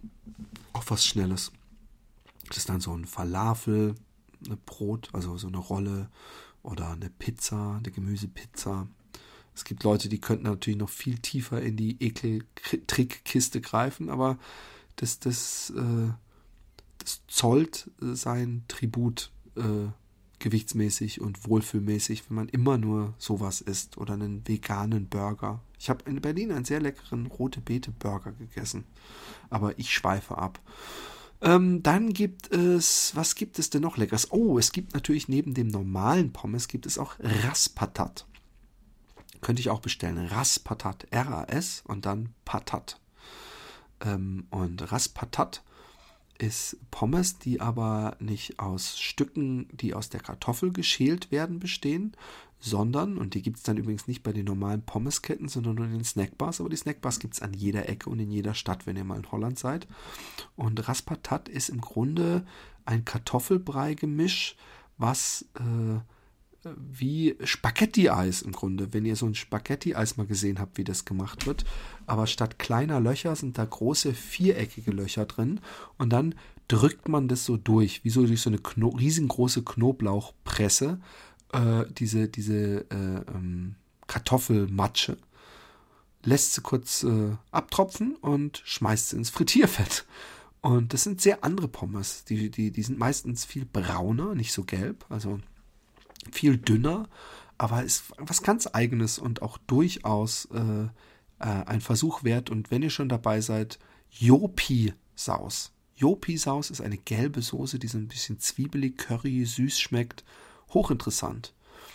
auf was Schnelles. Das ist dann so ein Falafel, eine Brot, also so eine Rolle oder eine Pizza, eine Gemüsepizza. Es gibt Leute, die könnten natürlich noch viel tiefer in die Ekel-Trickkiste greifen, aber das, das, äh, das zollt sein Tribut äh, gewichtsmäßig und wohlfühlmäßig, wenn man immer nur sowas isst oder einen veganen Burger. Ich habe in Berlin einen sehr leckeren rote Beete Burger gegessen, aber ich schweife ab. Ähm, dann gibt es, was gibt es denn noch Leckeres? Oh, es gibt natürlich neben dem normalen Pommes gibt es auch Raspatat. Könnte ich auch bestellen. Raspatat, R A S und dann Patat. Ähm, und Raspatat ist Pommes, die aber nicht aus Stücken, die aus der Kartoffel geschält werden, bestehen, sondern, und die gibt es dann übrigens nicht bei den normalen Pommesketten, sondern nur in den Snackbars, aber die Snackbars gibt es an jeder Ecke und in jeder Stadt, wenn ihr mal in Holland seid. Und Raspatat ist im Grunde ein Kartoffelbrei-Gemisch, was äh, wie Spaghetti-Eis im Grunde, wenn ihr so ein Spaghetti-Eis mal gesehen habt, wie das gemacht wird. Aber statt kleiner Löcher sind da große viereckige Löcher drin und dann drückt man das so durch, wie so durch so eine Kno- riesengroße Knoblauchpresse, äh, diese, diese äh, ähm, Kartoffelmatsche, lässt sie kurz äh, abtropfen und schmeißt sie ins Frittierfett. Und das sind sehr andere Pommes. Die, die, die sind meistens viel brauner, nicht so gelb, also viel dünner, aber ist was ganz Eigenes und auch durchaus äh, äh, ein Versuch wert. Und wenn ihr schon dabei seid, Jopi-Saus. Jopi-Saus ist eine gelbe Soße, die so ein bisschen zwiebelig, curry, süß schmeckt. Hochinteressant.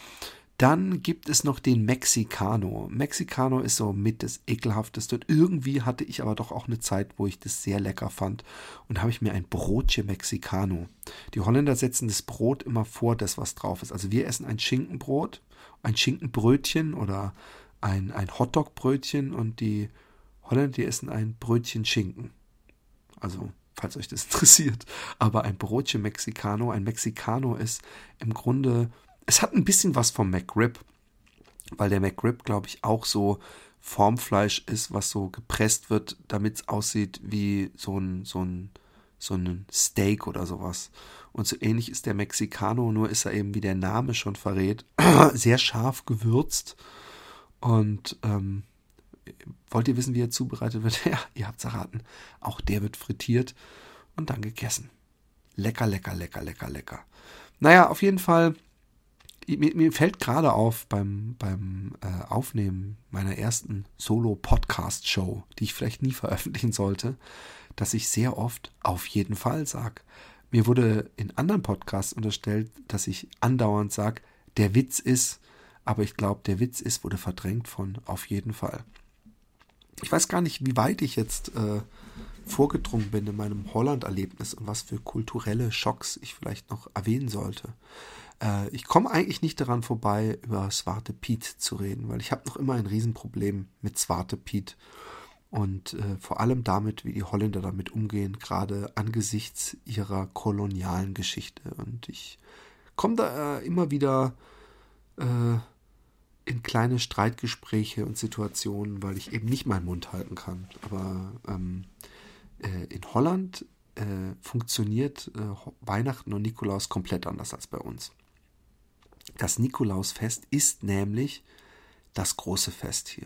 Dann gibt es noch den Mexicano. Mexicano ist so mit das Ekelhafteste. Und irgendwie hatte ich aber doch auch eine Zeit, wo ich das sehr lecker fand. Und da habe ich mir ein Brotchen Mexicano. Die Holländer setzen das Brot immer vor das, was drauf ist. Also wir essen ein Schinkenbrot, ein Schinkenbrötchen oder ein, ein Hotdog-Brötchen und die Holländer, die essen ein Brötchen Schinken. Also, falls euch das interessiert. Aber ein Brötchen Mexicano, ein Mexicano ist im Grunde, es hat ein bisschen was vom McRib, weil der McRib, glaube ich, auch so Formfleisch ist, was so gepresst wird, damit es aussieht wie so ein, so ein, so ein Steak oder sowas. Und so ähnlich ist der Mexicano, nur ist er eben, wie der Name schon verrät, sehr scharf gewürzt. Und ähm, wollt ihr wissen, wie er zubereitet wird? Ja, ihr habt's erraten. Auch der wird frittiert und dann gegessen. Lecker, lecker, lecker, lecker, lecker. Naja, auf jeden Fall, mir, mir fällt gerade auf beim, beim äh, Aufnehmen meiner ersten Solo-Podcast-Show, die ich vielleicht nie veröffentlichen sollte, dass ich sehr oft auf jeden Fall sage. Mir wurde in anderen Podcasts unterstellt, dass ich andauernd sage, der Witz ist, aber ich glaube, der Witz ist, wurde verdrängt von auf jeden Fall. Ich weiß gar nicht, wie weit ich jetzt äh, vorgedrungen bin in meinem Holland-Erlebnis und was für kulturelle Schocks ich vielleicht noch erwähnen sollte. Äh, ich komme eigentlich nicht daran vorbei, über Zwarte Piet zu reden, weil ich habe noch immer ein Riesenproblem mit Zwarte Piet. Und äh, vor allem damit, wie die Holländer damit umgehen, gerade angesichts ihrer kolonialen Geschichte. Und ich komme da äh, immer wieder äh, in kleine Streitgespräche und Situationen, weil ich eben nicht meinen Mund halten kann. Aber ähm, äh, in Holland äh, funktioniert äh, Weihnachten und Nikolaus komplett anders als bei uns. Das Nikolausfest ist nämlich das große Fest hier.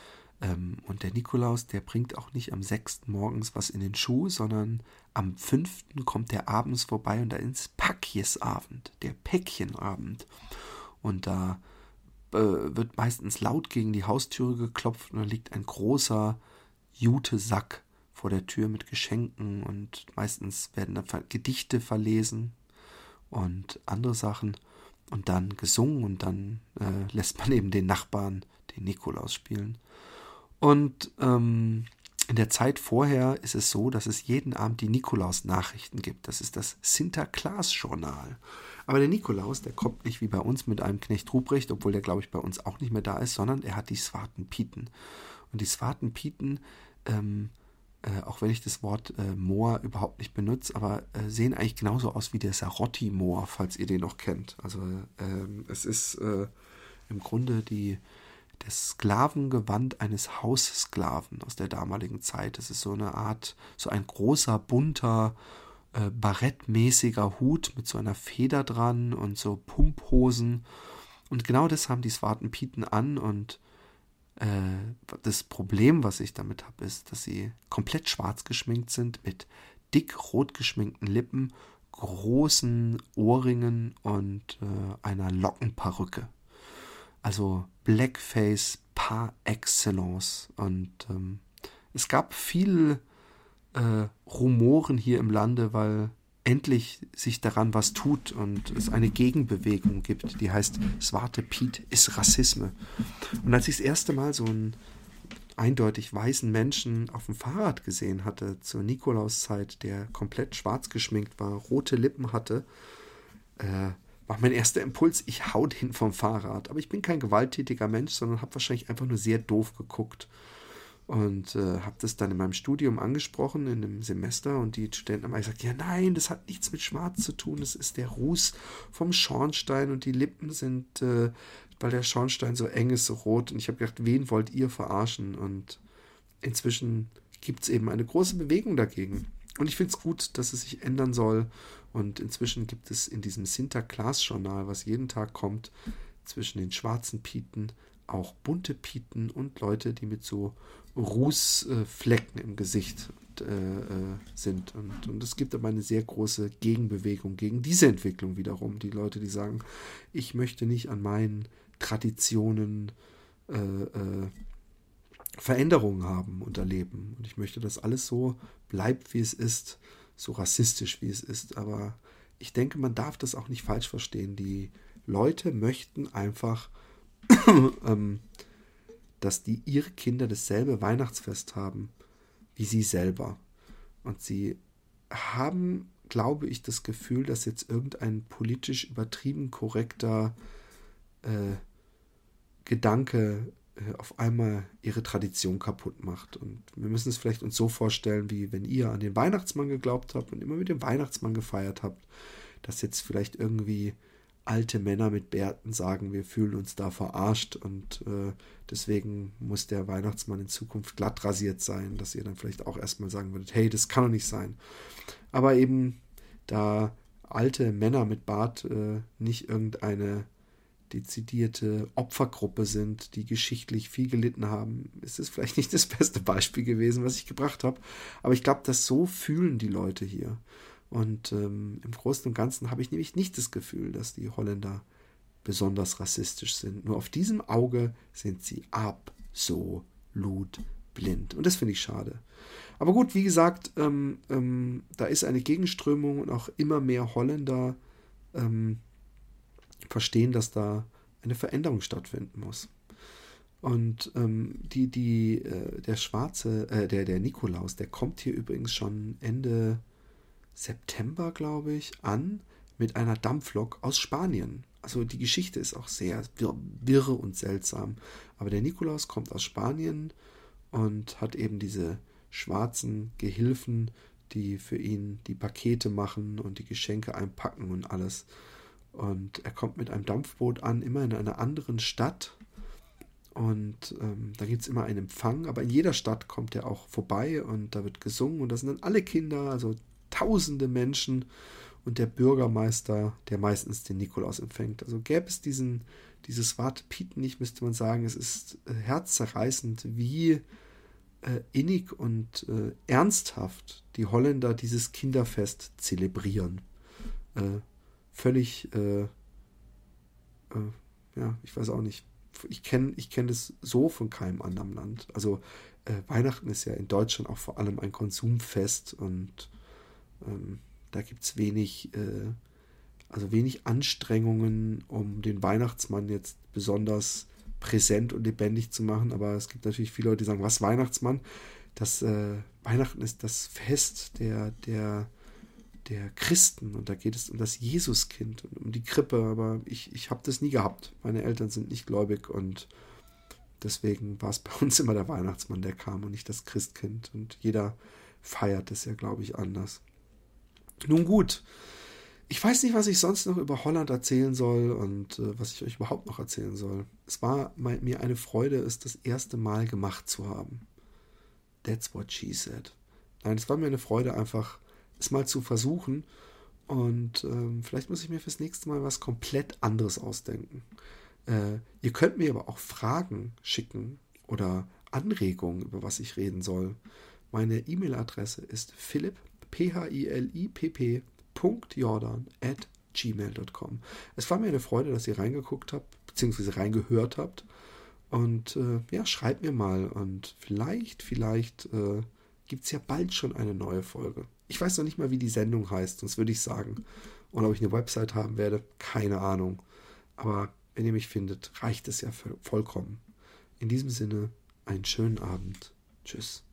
Und der Nikolaus, der bringt auch nicht am sechsten morgens was in den Schuh, sondern am fünften kommt er abends vorbei und da ist Pakjesabend, der Päckchenabend. Und da äh, wird meistens laut gegen die Haustüre geklopft und da liegt ein großer Jutesack vor der Tür mit Geschenken und meistens werden da Gedichte verlesen und andere Sachen und dann gesungen und dann äh, lässt man eben den Nachbarn den Nikolaus spielen. Und ähm, in der Zeit vorher ist es so, dass es jeden Abend die Nikolaus-Nachrichten gibt. Das ist das Sinterklaas-Journal. Aber der Nikolaus, der kommt nicht wie bei uns mit einem Knecht Ruprecht, obwohl der, glaube ich, bei uns auch nicht mehr da ist, sondern er hat die Zwarten Pieten. Und die Zwarten Pieten, ähm, äh, auch wenn ich das Wort äh, Moor überhaupt nicht benutze, aber äh, sehen eigentlich genauso aus wie der Sarotti-Moor, falls ihr den noch kennt. Also äh, es ist äh, im Grunde die das Sklavengewand eines Haussklaven aus der damaligen Zeit. Das ist so eine Art, so ein großer, bunter, äh, barettmäßiger Hut mit so einer Feder dran und so Pumphosen. Und genau das haben die Zwarten Pieten an. Und äh, das Problem, was ich damit habe, ist, dass sie komplett schwarz geschminkt sind, mit dick rot geschminkten Lippen, großen Ohrringen und äh, einer Lockenperücke. Also Blackface par excellence. Und ähm, es gab viel äh, Rumoren hier im Lande, weil endlich sich daran was tut und es eine Gegenbewegung gibt, die heißt Zwarte Piet ist Rassisme. Und als ich das erste Mal so einen eindeutig weißen Menschen auf dem Fahrrad gesehen hatte, zur Nikolauszeit, der komplett schwarz geschminkt war, rote Lippen hatte, äh, war mein erster Impuls, ich hau den vom Fahrrad. Aber ich bin kein gewalttätiger Mensch, sondern habe wahrscheinlich einfach nur sehr doof geguckt. Und äh, habe das dann in meinem Studium angesprochen, in einem Semester. Und die Studenten haben gesagt, ja nein, das hat nichts mit Schwarz zu tun. Das ist der Ruß vom Schornstein. Und die Lippen sind, äh, weil der Schornstein so eng ist, so rot. Und ich habe gedacht, wen wollt ihr verarschen? Und inzwischen gibt es eben eine große Bewegung dagegen. Und ich finde es gut, dass es sich ändern soll. Und inzwischen gibt es in diesem Sinterklaas-Journal, was jeden Tag kommt, zwischen den schwarzen Pieten auch bunte Pieten und Leute, die mit so Rußflecken im Gesicht äh, äh, sind. Und, und es gibt aber eine sehr große Gegenbewegung gegen diese Entwicklung wiederum. Die Leute, die sagen, ich möchte nicht an meinen Traditionen äh, äh, Veränderungen haben und erleben. Und ich möchte, dass alles so bleibt, wie es ist, so rassistisch, wie es ist. Aber ich denke, man darf das auch nicht falsch verstehen. Die Leute möchten einfach, ähm, dass die ihre Kinder dasselbe Weihnachtsfest haben, wie sie selber. Und sie haben, glaube ich, das Gefühl, dass jetzt irgendein politisch übertrieben korrekter äh, Gedanke äh, auf einmal ihre Tradition kaputt macht. Und wir müssen es vielleicht uns so vorstellen, wie wenn ihr an den Weihnachtsmann geglaubt habt und immer mit dem Weihnachtsmann gefeiert habt, dass jetzt vielleicht irgendwie alte Männer mit Bärten sagen, wir fühlen uns da verarscht und äh, deswegen muss der Weihnachtsmann in Zukunft glatt rasiert sein, dass ihr dann vielleicht auch erstmal sagen würdet, hey, das kann doch nicht sein. Aber eben, da alte Männer mit Bart äh, nicht irgendeine dezidierte Opfergruppe sind, die geschichtlich viel gelitten haben, ist es vielleicht nicht das beste Beispiel gewesen, was ich gebracht habe. Aber ich glaube, dass so fühlen die Leute hier. Und ähm, im Großen und Ganzen habe ich nämlich nicht das Gefühl, dass die Holländer besonders rassistisch sind. Nur auf diesem Auge sind sie absolut blind. Und das finde ich schade. Aber gut, wie gesagt, ähm, ähm, da ist eine Gegenströmung und auch immer mehr Holländer ähm, verstehen, dass da eine Veränderung stattfinden muss. Und ähm, die, die, äh, der Schwarze, äh, der, der Nikolaus, der kommt hier übrigens schon Ende September, glaube ich, an mit einer Dampflok aus Spanien. Also die Geschichte ist auch sehr wirr, wirr und seltsam. Aber der Nikolaus kommt aus Spanien und hat eben diese schwarzen Gehilfen, die für ihn die Pakete machen und die Geschenke einpacken und alles. Und er kommt mit einem Dampfboot an, immer in einer anderen Stadt. Und ähm, da gibt es immer einen Empfang, aber in jeder Stadt kommt er auch vorbei und da wird gesungen und da sind dann alle Kinder, also tausende Menschen und der Bürgermeister, der meistens den Nikolaus empfängt. Also gäbe es diesen, dieses Wort Pieten nicht, müsste man sagen, es ist äh, herzzerreißend, wie äh, innig und äh, ernsthaft die Holländer dieses Kinderfest zelebrieren. Äh, völlig, äh, äh, ja, ich weiß auch nicht, ich kenne ich kenn das so von keinem anderen Land. Also äh, Weihnachten ist ja in Deutschland auch vor allem ein Konsumfest und ähm, da gibt es wenig, äh, also wenig Anstrengungen, um den Weihnachtsmann jetzt besonders präsent und lebendig zu machen. Aber es gibt natürlich viele Leute, die sagen, was Weihnachtsmann? Das äh, Weihnachten ist das Fest der, der, der Christen und da geht es um das Jesuskind und um die Krippe. Aber ich, ich habe das nie gehabt. Meine Eltern sind nicht gläubig und deswegen war es bei uns immer der Weihnachtsmann, der kam und nicht das Christkind. Und jeder feiert es ja, glaube ich, anders. Nun gut, ich weiß nicht, was ich sonst noch über Holland erzählen soll und äh, was ich euch überhaupt noch erzählen soll. Es war mein, mir eine Freude, es das erste Mal gemacht zu haben. That's what she said. Nein, es war mir eine Freude, einfach es mal zu versuchen und ähm, vielleicht muss ich mir fürs nächste Mal was komplett anderes ausdenken. Äh, ihr könnt mir aber auch Fragen schicken oder Anregungen, über was ich reden soll. Meine E-Mail-Adresse ist philipp, P H I L I P P Punkt Jordan at gmail Punkt com. Es war mir eine Freude, dass ihr reingeguckt habt, beziehungsweise reingehört habt. Und äh, ja, schreibt mir mal. Und vielleicht, vielleicht äh, gibt es ja bald schon eine neue Folge. Ich weiß noch nicht mal, wie die Sendung heißt, sonst würde ich sagen. Und ob ich eine Website haben werde, keine Ahnung. Aber wenn ihr mich findet, reicht es ja vollkommen. In diesem Sinne, einen schönen Abend. Tschüss.